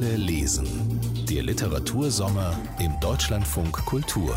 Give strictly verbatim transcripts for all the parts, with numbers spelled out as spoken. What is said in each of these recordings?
Alle lesen. Der Literatursommer im Deutschlandfunk Kultur.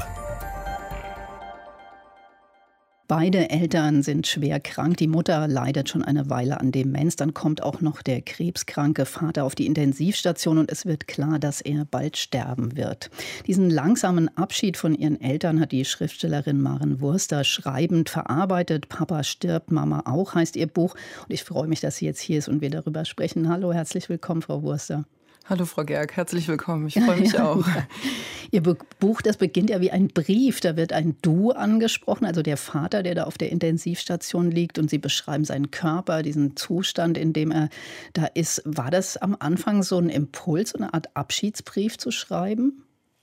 Beide Eltern sind schwer krank. Die Mutter leidet schon eine Weile an Demenz. Dann kommt auch noch der krebskranke Vater auf die Intensivstation und es wird klar, dass er bald sterben wird. Diesen langsamen Abschied von ihren Eltern hat die Schriftstellerin Maren Wurster schreibend verarbeitet. Papa stirbt, Mama auch heißt ihr Buch. Und ich freue mich, dass sie jetzt hier ist und wir darüber sprechen. Hallo, herzlich willkommen, Frau Wurster. Hallo Frau Gerg, herzlich willkommen. Ich freue mich ja, auch. Ja. Ihr Buch, das beginnt ja wie ein Brief. Da wird ein Du angesprochen, also der Vater, der da auf der Intensivstation liegt. Und Sie beschreiben seinen Körper, diesen Zustand, in dem er da ist. War das am Anfang so ein Impuls, so eine Art Abschiedsbrief zu schreiben?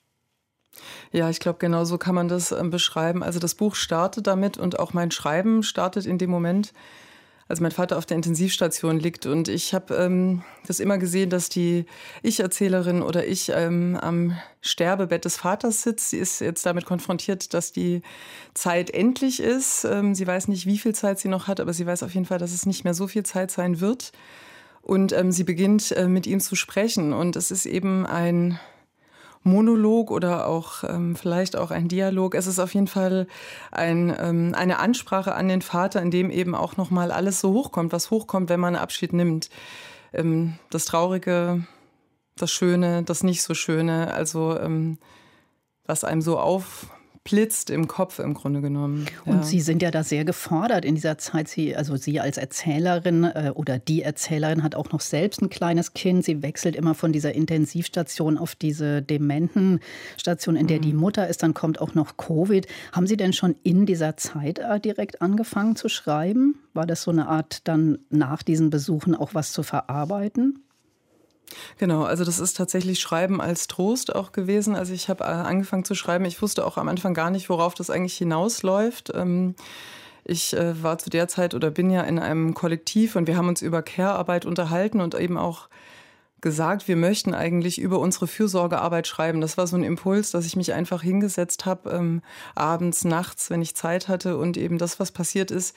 Ja, ich glaube, genau so kann man das äh, beschreiben. Also das Buch startet damit und auch mein Schreiben startet in dem Moment, als mein Vater auf der Intensivstation liegt. Und ich habe ähm, das immer gesehen, dass die Ich-Erzählerin oder ich ähm, am Sterbebett des Vaters sitzt. Sie ist jetzt damit konfrontiert, dass die Zeit endlich ist. Ähm, sie weiß nicht, wie viel Zeit sie noch hat, aber sie weiß auf jeden Fall, dass es nicht mehr so viel Zeit sein wird. Und ähm, sie beginnt äh, mit ihm zu sprechen. Und es ist eben ein Monolog oder auch ähm, vielleicht auch ein Dialog. Es ist auf jeden Fall ein, ähm, eine Ansprache an den Vater, in dem eben auch nochmal alles so hochkommt, was hochkommt, wenn man Abschied nimmt. Ähm, das Traurige, das Schöne, das nicht so Schöne, also ähm, was einem so aufblitzt im Kopf im Grunde genommen. Ja. Und Sie sind ja da sehr gefordert in dieser Zeit. Sie, also Sie als Erzählerin äh, oder die Erzählerin hat auch noch selbst ein kleines Kind. Sie wechselt immer von dieser Intensivstation auf diese Dementenstation, in der mhm. die Mutter ist. Dann kommt auch noch Covid. Haben Sie denn schon in dieser Zeit äh, direkt angefangen zu schreiben? War das so eine Art, dann nach diesen Besuchen auch was zu verarbeiten? Genau, also das ist tatsächlich Schreiben als Trost auch gewesen. Also ich habe angefangen zu schreiben. Ich wusste auch am Anfang gar nicht, worauf das eigentlich hinausläuft. Ich war zu der Zeit oder bin ja in einem Kollektiv und wir haben uns über Care-Arbeit unterhalten und eben auch gesagt, wir möchten eigentlich über unsere Fürsorgearbeit schreiben. Das war so ein Impuls, dass ich mich einfach hingesetzt habe, ähm, abends, nachts, wenn ich Zeit hatte und eben das, was passiert ist,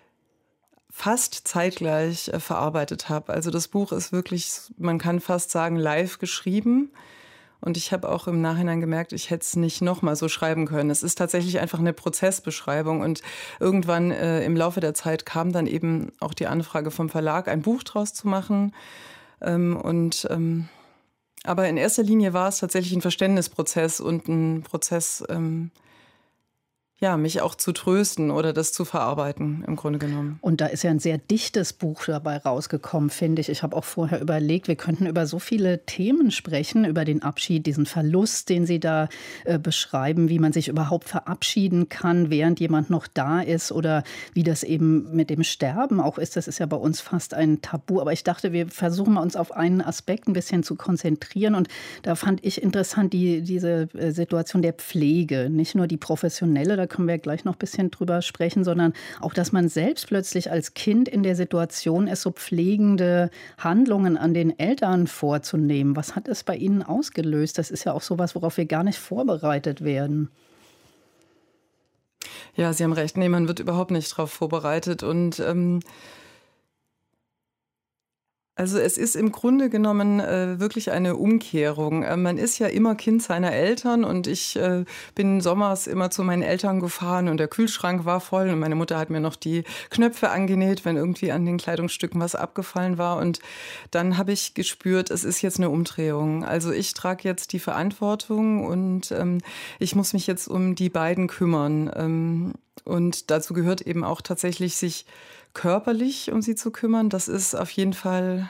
fast zeitgleich äh, verarbeitet habe. Also das Buch ist wirklich, man kann fast sagen, live geschrieben. Und ich habe auch im Nachhinein gemerkt, ich hätte es nicht nochmal so schreiben können. Es ist tatsächlich einfach eine Prozessbeschreibung. Und irgendwann äh, im Laufe der Zeit kam dann eben auch die Anfrage vom Verlag, ein Buch draus zu machen. Ähm, und ähm, aber in erster Linie war es tatsächlich ein Verständnisprozess und ein Prozess, ähm, ja, mich auch zu trösten oder das zu verarbeiten, im Grunde genommen. Und da ist ja ein sehr dichtes Buch dabei rausgekommen, finde ich. Ich habe auch vorher überlegt, wir könnten über so viele Themen sprechen, über den Abschied, diesen Verlust, den Sie da äh, beschreiben, wie man sich überhaupt verabschieden kann, während jemand noch da ist oder wie das eben mit dem Sterben auch ist. Das ist ja bei uns fast ein Tabu. Aber ich dachte, wir versuchen mal uns auf einen Aspekt ein bisschen zu konzentrieren. Und da fand ich interessant die, diese äh, Situation der Pflege, nicht nur die professionelle, da können wir gleich noch ein bisschen drüber sprechen, sondern auch, dass man selbst plötzlich als Kind in der Situation ist, so pflegende Handlungen an den Eltern vorzunehmen. Was hat es bei Ihnen ausgelöst? Das ist ja auch sowas, worauf wir gar nicht vorbereitet werden. Ja, Sie haben recht. Nee, man wird überhaupt nicht darauf vorbereitet. Und ähm Also es ist im Grunde genommen äh, wirklich eine Umkehrung. Äh, man ist ja immer Kind seiner Eltern und ich äh, bin sommers immer zu meinen Eltern gefahren und der Kühlschrank war voll und meine Mutter hat mir noch die Knöpfe angenäht, wenn irgendwie an den Kleidungsstücken was abgefallen war. Und dann habe ich gespürt, es ist jetzt eine Umdrehung. Also ich trage jetzt die Verantwortung und ähm, ich muss mich jetzt um die beiden kümmern. Ähm, und dazu gehört eben auch tatsächlich, sich körperlich um sie zu kümmern. Das ist auf jeden Fall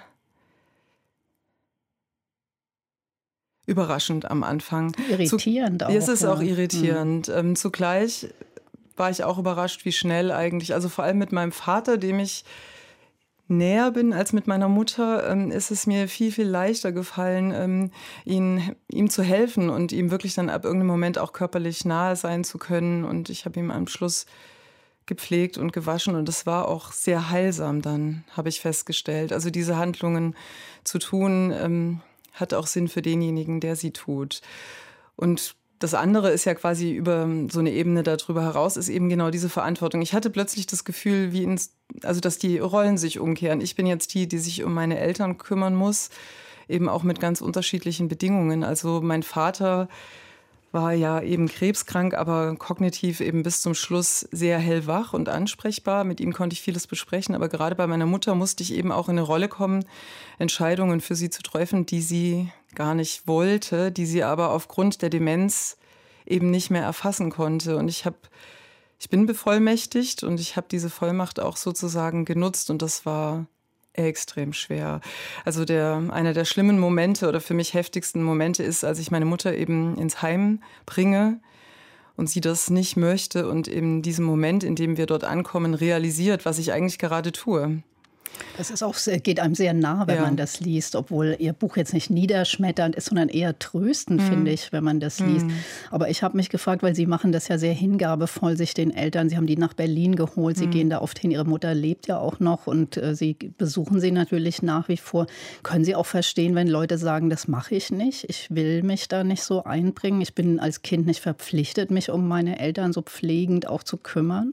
überraschend am Anfang. Irritierend Zu, auch. Es ist ja. auch irritierend. Mhm. Ähm, zugleich war ich auch überrascht, wie schnell eigentlich, also vor allem mit meinem Vater, dem ich näher bin als mit meiner Mutter, ähm, ist es mir viel, viel leichter gefallen, ähm, ihn, ihm zu helfen und ihm wirklich dann ab irgendeinem Moment auch körperlich nahe sein zu können. Und ich habe ihm am Schluss gepflegt und gewaschen und es war auch sehr heilsam dann, habe ich festgestellt. Also diese Handlungen zu tun, ähm, hat auch Sinn für denjenigen, der sie tut. Und das andere ist ja quasi über so eine Ebene darüber heraus, ist eben genau diese Verantwortung. Ich hatte plötzlich das Gefühl, wie ins, also dass die Rollen sich umkehren. Ich bin jetzt die, die sich um meine Eltern kümmern muss, eben auch mit ganz unterschiedlichen Bedingungen. Also mein Vater war ja eben krebskrank, aber kognitiv eben bis zum Schluss sehr hellwach und ansprechbar. Mit ihm konnte ich vieles besprechen, aber gerade bei meiner Mutter musste ich eben auch in eine Rolle kommen, Entscheidungen für sie zu treffen, die sie gar nicht wollte, die sie aber aufgrund der Demenz eben nicht mehr erfassen konnte. Und ich habe, ich bin bevollmächtigt und ich habe diese Vollmacht auch sozusagen genutzt und das war extrem schwer. Also der, einer der schlimmen Momente oder für mich heftigsten Momente ist, als ich meine Mutter eben ins Heim bringe und sie das nicht möchte und in diesem Moment, in dem wir dort ankommen, realisiert, was ich eigentlich gerade tue. Das ist auch sehr, geht einem sehr nah, wenn Ja. man das liest, obwohl Ihr Buch jetzt nicht niederschmetternd ist, sondern eher tröstend, Mhm. finde ich, wenn man das liest. Mhm. Aber ich habe mich gefragt, weil Sie machen das ja sehr hingabevoll, sich den Eltern, Sie haben die nach Berlin geholt, Sie Mhm. gehen da oft hin, Ihre Mutter lebt ja auch noch und äh, Sie besuchen sie natürlich nach wie vor. Können Sie auch verstehen, wenn Leute sagen, das mache ich nicht, ich will mich da nicht so einbringen, ich bin als Kind nicht verpflichtet, mich um meine Eltern so pflegend auch zu kümmern?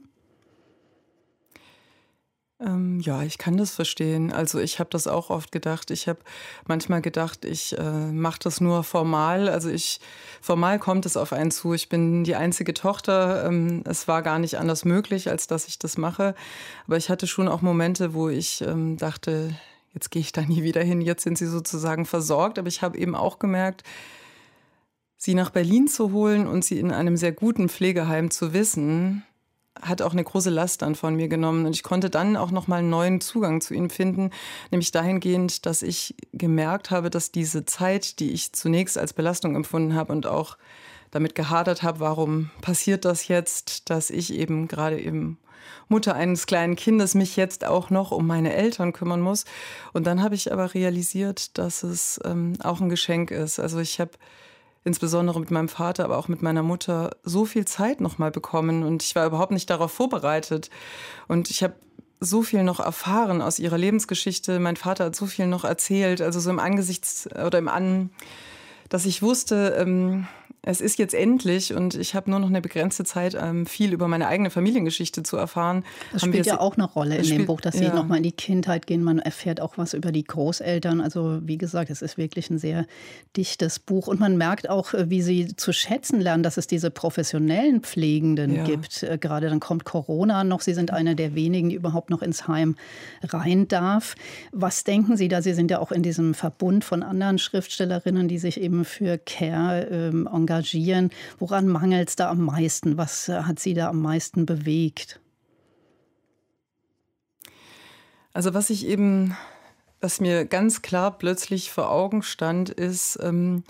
Ähm, ja, ich kann das verstehen. Also ich habe das auch oft gedacht. Ich habe manchmal gedacht, ich äh, mache das nur formal. Also ich formal kommt es auf einen zu. Ich bin die einzige Tochter. Ähm, es war gar nicht anders möglich, als dass ich das mache. Aber ich hatte schon auch Momente, wo ich ähm, dachte, jetzt gehe ich da nie wieder hin. Jetzt sind sie sozusagen versorgt. Aber ich habe eben auch gemerkt, sie nach Berlin zu holen und sie in einem sehr guten Pflegeheim zu wissen, hat auch eine große Last dann von mir genommen. Und ich konnte dann auch noch mal einen neuen Zugang zu ihnen finden, nämlich dahingehend, dass ich gemerkt habe, dass diese Zeit, die ich zunächst als Belastung empfunden habe und auch damit gehadert habe, warum passiert das jetzt, dass ich eben gerade eben Mutter eines kleinen Kindes mich jetzt auch noch um meine Eltern kümmern muss. Und dann habe ich aber realisiert, dass es ähm, auch ein Geschenk ist. Also ich habe insbesondere mit meinem Vater, aber auch mit meiner Mutter so viel Zeit noch mal bekommen und ich war überhaupt nicht darauf vorbereitet und ich habe so viel noch erfahren aus ihrer Lebensgeschichte. Mein Vater hat so viel noch erzählt, also so im Angesichts oder im An, dass ich wusste, ähm, es ist jetzt endlich und ich habe nur noch eine begrenzte Zeit, ähm, viel über meine eigene Familiengeschichte zu erfahren. Das Haben wir spielt ja es- auch eine Rolle in das dem spielt- Buch, dass Sie ja. noch mal in die Kindheit gehen. Man erfährt auch was über die Großeltern. Also wie gesagt, es ist wirklich ein sehr dichtes Buch. Und man merkt auch, äh, wie Sie zu schätzen lernen, dass es diese professionellen Pflegenden Ja. gibt. Äh, Gerade dann kommt Corona noch. Sie sind einer der wenigen, die überhaupt noch ins Heim rein darf. Was denken Sie da? Sie sind ja auch in diesem Verbund von anderen Schriftstellerinnen, die sich eben für Care ähm, engagieren. Woran mangelt es da am meisten? Was äh, hat Sie da am meisten bewegt? Also was ich eben, was mir ganz klar plötzlich vor Augen stand, ist, ähm,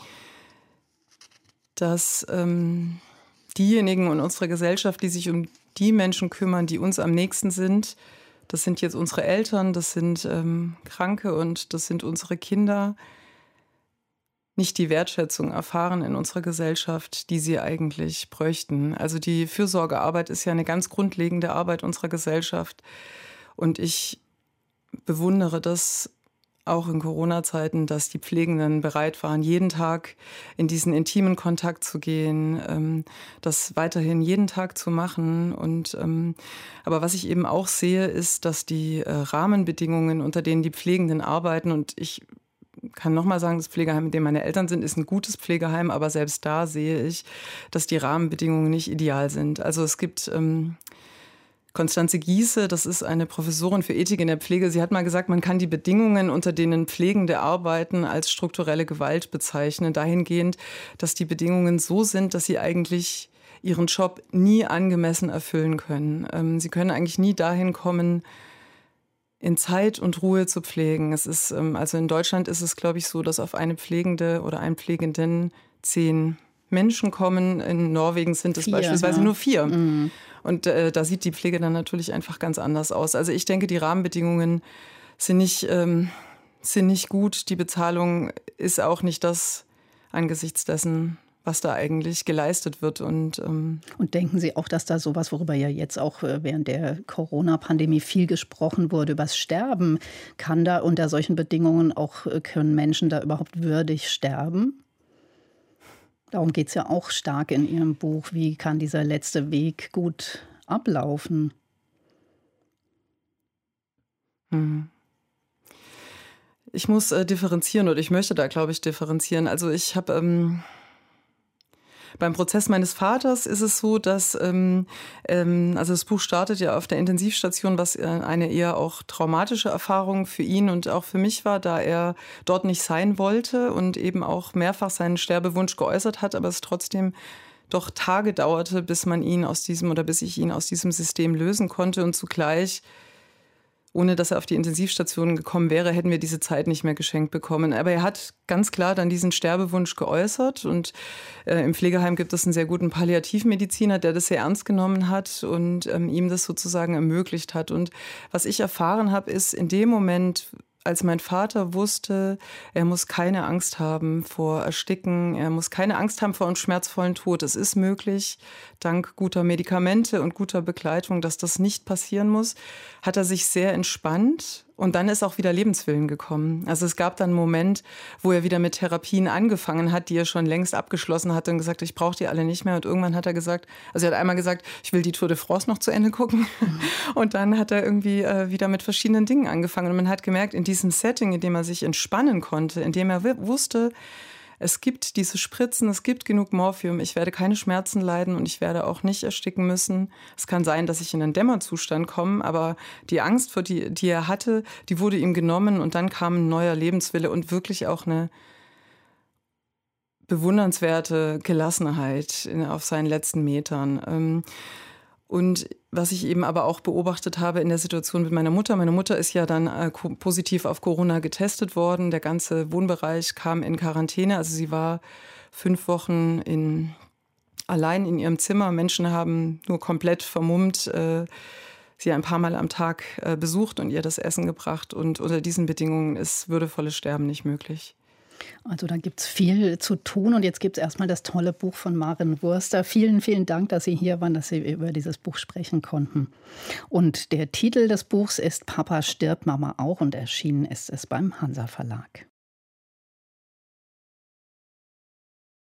dass ähm, diejenigen in unserer Gesellschaft, die sich um die Menschen kümmern, die uns am nächsten sind, das sind jetzt unsere Eltern, das sind ähm, Kranke und das sind unsere Kinder, nicht die Wertschätzung erfahren in unserer Gesellschaft, die sie eigentlich bräuchten. Also die Fürsorgearbeit ist ja eine ganz grundlegende Arbeit unserer Gesellschaft. Und ich bewundere das auch in Corona-Zeiten, dass die Pflegenden bereit waren, jeden Tag in diesen intimen Kontakt zu gehen, ähm, das weiterhin jeden Tag zu machen. Und, ähm, aber was ich eben auch sehe, ist, dass die äh, Rahmenbedingungen, unter denen die Pflegenden arbeiten, und ich kann noch mal sagen, das Pflegeheim, in dem meine Eltern sind, ist ein gutes Pflegeheim, aber selbst da sehe ich, dass die Rahmenbedingungen nicht ideal sind. Also es gibt ähm, Konstanze Giese, das ist eine Professorin für Ethik in der Pflege. Sie hat mal gesagt, man kann die Bedingungen, unter denen Pflegende arbeiten, als strukturelle Gewalt bezeichnen, dahingehend, dass die Bedingungen so sind, dass sie eigentlich ihren Job nie angemessen erfüllen können. Ähm, sie können eigentlich nie dahin kommen, in Zeit und Ruhe zu pflegen. Es ist, ähm, also in Deutschland ist es, glaube ich, so, dass auf eine Pflegende oder einen Pflegenden zehn Menschen kommen. In Norwegen sind es Vier, beispielsweise ja. nur vier. Mhm. Und äh, da sieht die Pflege dann natürlich einfach ganz anders aus. Also ich denke, die Rahmenbedingungen sind nicht, ähm, sind nicht gut. Die Bezahlung ist auch nicht das angesichts dessen, was da eigentlich geleistet wird. Und ähm, Und denken Sie auch, dass da sowas, worüber ja jetzt auch äh, während der Corona-Pandemie viel gesprochen wurde, übers Sterben, kann da unter solchen Bedingungen auch, äh, können Menschen da überhaupt würdig sterben? Darum geht es ja auch stark in Ihrem Buch. Wie kann dieser letzte Weg gut ablaufen? hm. Ich muss äh, differenzieren oder ich möchte da, glaube ich, differenzieren. Also ich habe... Ähm Beim Prozess meines Vaters ist es so, dass, ähm, ähm, also das Buch startet ja auf der Intensivstation, was äh, eine eher auch traumatische Erfahrung für ihn und auch für mich war, da er dort nicht sein wollte und eben auch mehrfach seinen Sterbewunsch geäußert hat, aber es trotzdem doch Tage dauerte, bis man ihn aus diesem oder bis ich ihn aus diesem System lösen konnte und zugleich, ohne dass er auf die Intensivstation gekommen wäre, hätten wir diese Zeit nicht mehr geschenkt bekommen. Aber er hat ganz klar dann diesen Sterbewunsch geäußert und äh, im Pflegeheim gibt es einen sehr guten Palliativmediziner, der das sehr ernst genommen hat und ähm, ihm das sozusagen ermöglicht hat. Und was ich erfahren habe, ist in dem Moment, als mein Vater wusste, er muss keine Angst haben vor Ersticken, er muss keine Angst haben vor einem schmerzvollen Tod. Es ist möglich, dank guter Medikamente und guter Begleitung, dass das nicht passieren muss, hat er sich sehr entspannt und dann ist auch wieder Lebenswillen gekommen. Also es gab dann einen Moment, wo er wieder mit Therapien angefangen hat, die er schon längst abgeschlossen hatte und gesagt hat, ich brauche die alle nicht mehr. Und irgendwann hat er gesagt, also er hat einmal gesagt, ich will die Tour de France noch zu Ende gucken. Mhm. Und dann hat er irgendwie äh, wieder mit verschiedenen Dingen angefangen. Und man hat gemerkt, in diesem Setting, in dem er sich entspannen konnte, in dem er wusste, es gibt diese Spritzen, es gibt genug Morphium, ich werde keine Schmerzen leiden und ich werde auch nicht ersticken müssen. Es kann sein, dass ich in einen Dämmerzustand komme, aber die Angst, vor die, die er hatte, die wurde ihm genommen und dann kam ein neuer Lebenswille und wirklich auch eine bewundernswerte Gelassenheit auf seinen letzten Metern. Und was ich eben aber auch beobachtet habe in der Situation mit meiner Mutter. Meine Mutter ist ja dann äh, positiv auf Corona getestet worden. Der ganze Wohnbereich kam in Quarantäne. Also sie war fünf Wochen in, allein in ihrem Zimmer. Menschen haben nur komplett vermummt äh, sie ein paar Mal am Tag äh, besucht und ihr das Essen gebracht. Und unter diesen Bedingungen ist würdevolles Sterben nicht möglich. Also da gibt es viel zu tun und jetzt gibt es erstmal das tolle Buch von Maren Wurster. Vielen, vielen Dank, dass Sie hier waren, dass Sie über dieses Buch sprechen konnten. Und der Titel des Buchs ist Papa stirbt, Mama auch und erschienen ist es beim Hansa Verlag.